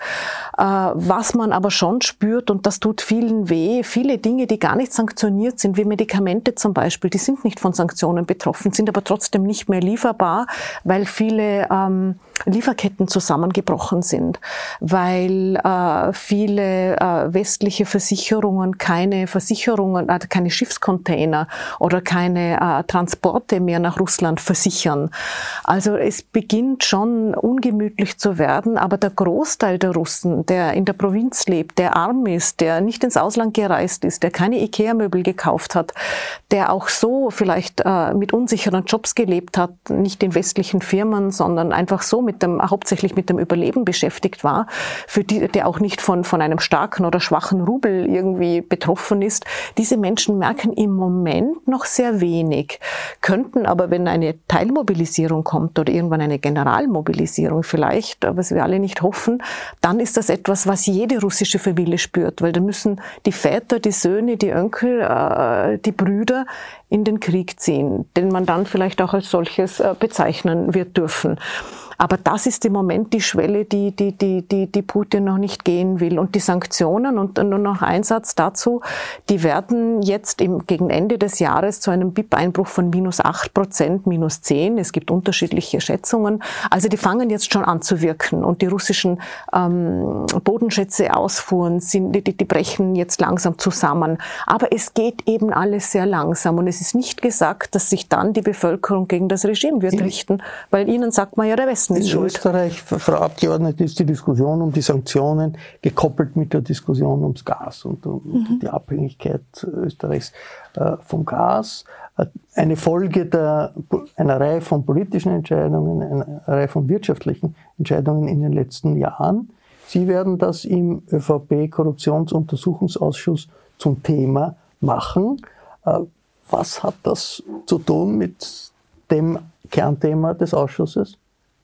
Was man aber schon spürt, und das tut vielen weh, viele Dinge, die gar nicht sanktioniert sind, wie Medikamente zum Beispiel, die sind nicht von Sanktionen betroffen, sind aber trotzdem nicht mehr lieferbar, weil viele Lieferketten zusammengebrochen sind, weil viele westliche Versicherungen keine Schiffscontainer oder keine Transporte mehr nach Russland versichern. Also es beginnt schon ungemütlich zu werden, aber der Großteil der Russen, der in der Provinz lebt, der arm ist, der nicht ins Ausland gereist ist, der keine Ikea-Möbel gekauft hat, der auch so vielleicht mit unsicheren Jobs gelebt hat, nicht in westlichen Firmen, sondern einfach so hauptsächlich mit dem Überleben beschäftigt war, der auch nicht von einem starken oder schwachen Rubel irgendwie betroffen ist. Diese Menschen merken im Moment noch sehr wenig, könnten aber, wenn eine Teilmobilisierung kommt oder irgendwann eine Generalmobilisierung vielleicht, was wir alle nicht hoffen, dann ist das etwas, was jede russische Familie spürt, weil dann müssen die Väter, die Söhne, die Onkel, die Brüder in den Krieg ziehen, den man dann vielleicht auch als solches bezeichnen wird dürfen. Aber das ist im Moment die Schwelle, die Putin noch nicht gehen will. Und die Sanktionen, und nur noch ein Satz dazu, die werden jetzt gegen Ende des Jahres zu einem BIP-Einbruch von -8%, -10%. Es gibt unterschiedliche Schätzungen. Also die fangen jetzt schon an zu wirken. Und die russischen Bodenschätze, Ausfuhren, die brechen jetzt langsam zusammen. Aber es geht eben alles sehr langsam. Und es ist nicht gesagt, dass sich dann die Bevölkerung gegen das Regime wird richten. Weil ihnen sagt man ja, der Westen Westen ist schuld. In Österreich, Frau Abgeordnete, ist die Diskussion um die Sanktionen gekoppelt mit der Diskussion ums Gas und um die Abhängigkeit Österreichs vom Gas. Eine Folge einer Reihe von politischen Entscheidungen, einer Reihe von wirtschaftlichen Entscheidungen in den letzten Jahren. Sie werden das im ÖVP-Korruptionsuntersuchungsausschuss zum Thema machen. Was hat das zu tun mit dem Kernthema des Ausschusses?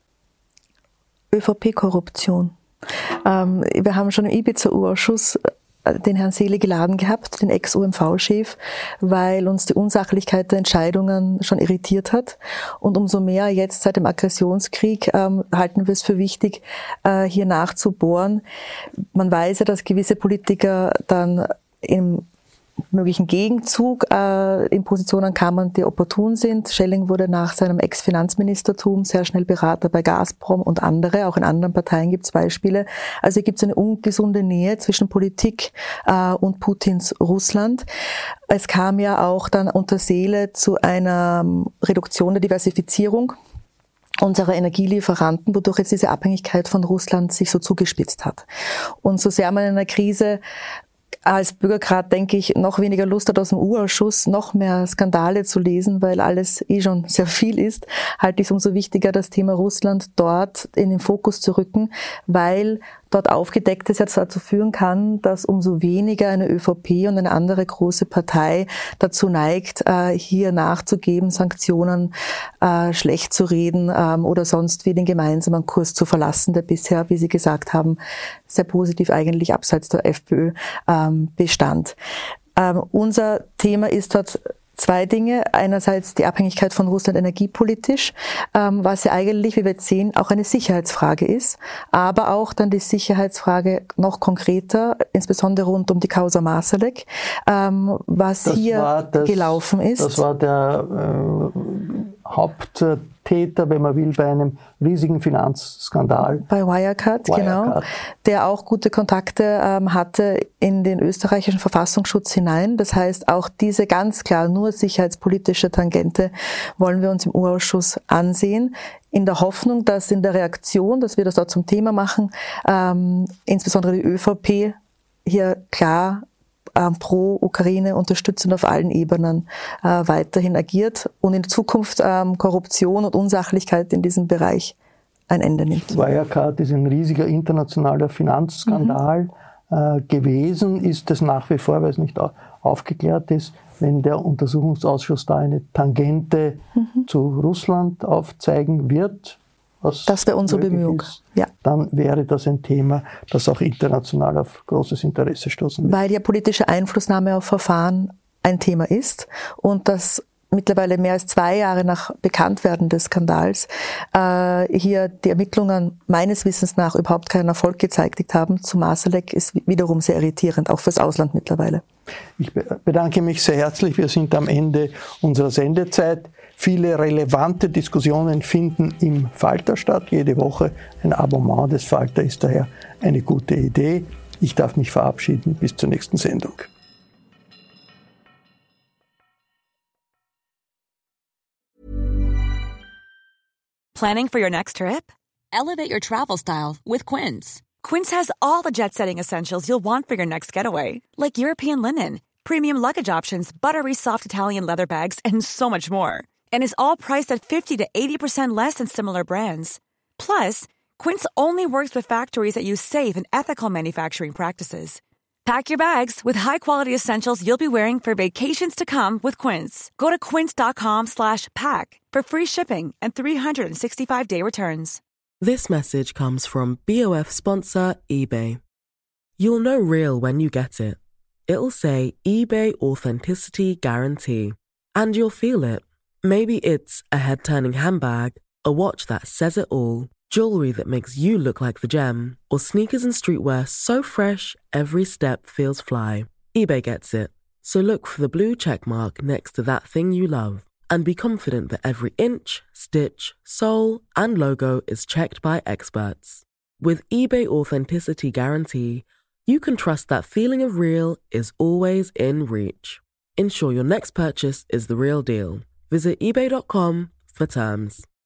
ÖVP-Korruption. Wir haben schon im Ibiza-U-Ausschuss den Herrn Seele geladen gehabt, den Ex-OMV-Chef, weil uns die Unsachlichkeit der Entscheidungen schon irritiert hat. Und umso mehr jetzt seit dem Aggressionskrieg halten wir es für wichtig, hier nachzubohren. Man weiß ja, dass gewisse Politiker dann im möglichen Gegenzug in Positionen kamen, die opportun sind. Schelling wurde nach seinem Ex-Finanzministertum sehr schnell Berater bei Gazprom und andere. Auch in anderen Parteien gibt es Beispiele. Also hier gibt es eine ungesunde Nähe zwischen Politik und Putins Russland. Es kam ja auch dann unter Seele zu einer Reduktion der Diversifizierung unserer Energielieferanten, wodurch jetzt diese Abhängigkeit von Russland sich so zugespitzt hat. Und so sehr man in einer Krise als Bürgerrat, denke ich, noch weniger Lust hat, aus dem U-Ausschuss noch mehr Skandale zu lesen, weil alles schon sehr viel ist, halte ich es umso wichtiger, das Thema Russland dort in den Fokus zu rücken, weil dort Aufgedecktes jetzt dazu führen kann, dass umso weniger eine ÖVP und eine andere große Partei dazu neigt, hier nachzugeben, Sanktionen schlecht zu reden oder sonst wie den gemeinsamen Kurs zu verlassen, der bisher, wie Sie gesagt haben, sehr positiv eigentlich abseits der FPÖ bestand. Unser Thema ist dort zwei Dinge. Einerseits die Abhängigkeit von Russland energiepolitisch, was ja eigentlich, wie wir jetzt sehen, auch eine Sicherheitsfrage ist, aber auch dann die Sicherheitsfrage noch konkreter, insbesondere rund um die Causa Marsalek, was das hier gelaufen ist. Das war der Haupttäter, wenn man will, bei einem riesigen Finanzskandal. Bei Wirecard, genau. Der auch gute Kontakte hatte in den österreichischen Verfassungsschutz hinein. Das heißt, auch diese ganz klar nur sicherheitspolitische Tangente wollen wir uns im U-Ausschuss ansehen, in der Hoffnung, dass in der Reaktion, dass wir das dort zum Thema machen, insbesondere die ÖVP hier klar pro Ukraine unterstützend auf allen Ebenen weiterhin agiert und in Zukunft Korruption und Unsachlichkeit in diesem Bereich ein Ende nimmt. Wirecard ist ein riesiger internationaler Finanzskandal gewesen, ist es nach wie vor, weil es nicht aufgeklärt ist, wenn der Untersuchungsausschuss da eine Tangente zu Russland aufzeigen wird. Das wäre unsere Bemühung. Dann wäre das ein Thema, das auch international auf großes Interesse stoßen wird. Weil ja politische Einflussnahme auf Verfahren ein Thema ist und das mittlerweile mehr als 2 Jahre nach Bekanntwerden des Skandals hier die Ermittlungen meines Wissens nach überhaupt keinen Erfolg gezeigt haben zu Marsalek, ist wiederum sehr irritierend, auch fürs Ausland mittlerweile. Ich bedanke mich sehr herzlich. Wir sind am Ende unserer Sendezeit. Viele relevante Diskussionen finden im Falter statt. Jede Woche ein Abonnement des Falter ist daher eine gute Idee. Ich darf mich verabschieden. Bis zur nächsten Sendung. Planning for your next trip? Elevate your travel style with Quince. Quince has all the jet-setting essentials you'll want for your next getaway, like European linen, premium luggage options, buttery soft Italian leather bags, and so much more. And is all priced at 50 to 80% less than similar brands. Plus, Quince only works with factories that use safe and ethical manufacturing practices. Pack your bags with high-quality essentials you'll be wearing for vacations to come with Quince. Go to quince.com/pack for free shipping and 365-day returns. This message comes from BOF sponsor eBay. You'll know real when you get it. It'll say eBay Authenticity Guarantee. And you'll feel it. Maybe it's a head-turning handbag, a watch that says it all, jewelry that makes you look like the gem, or sneakers and streetwear so fresh every step feels fly. eBay gets it. So look for the blue check mark next to that thing you love and be confident that every inch, stitch, sole, and logo is checked by experts. With eBay Authenticity Guarantee, you can trust that feeling of real is always in reach. Ensure your next purchase is the real deal. Visit ebay.com for terms.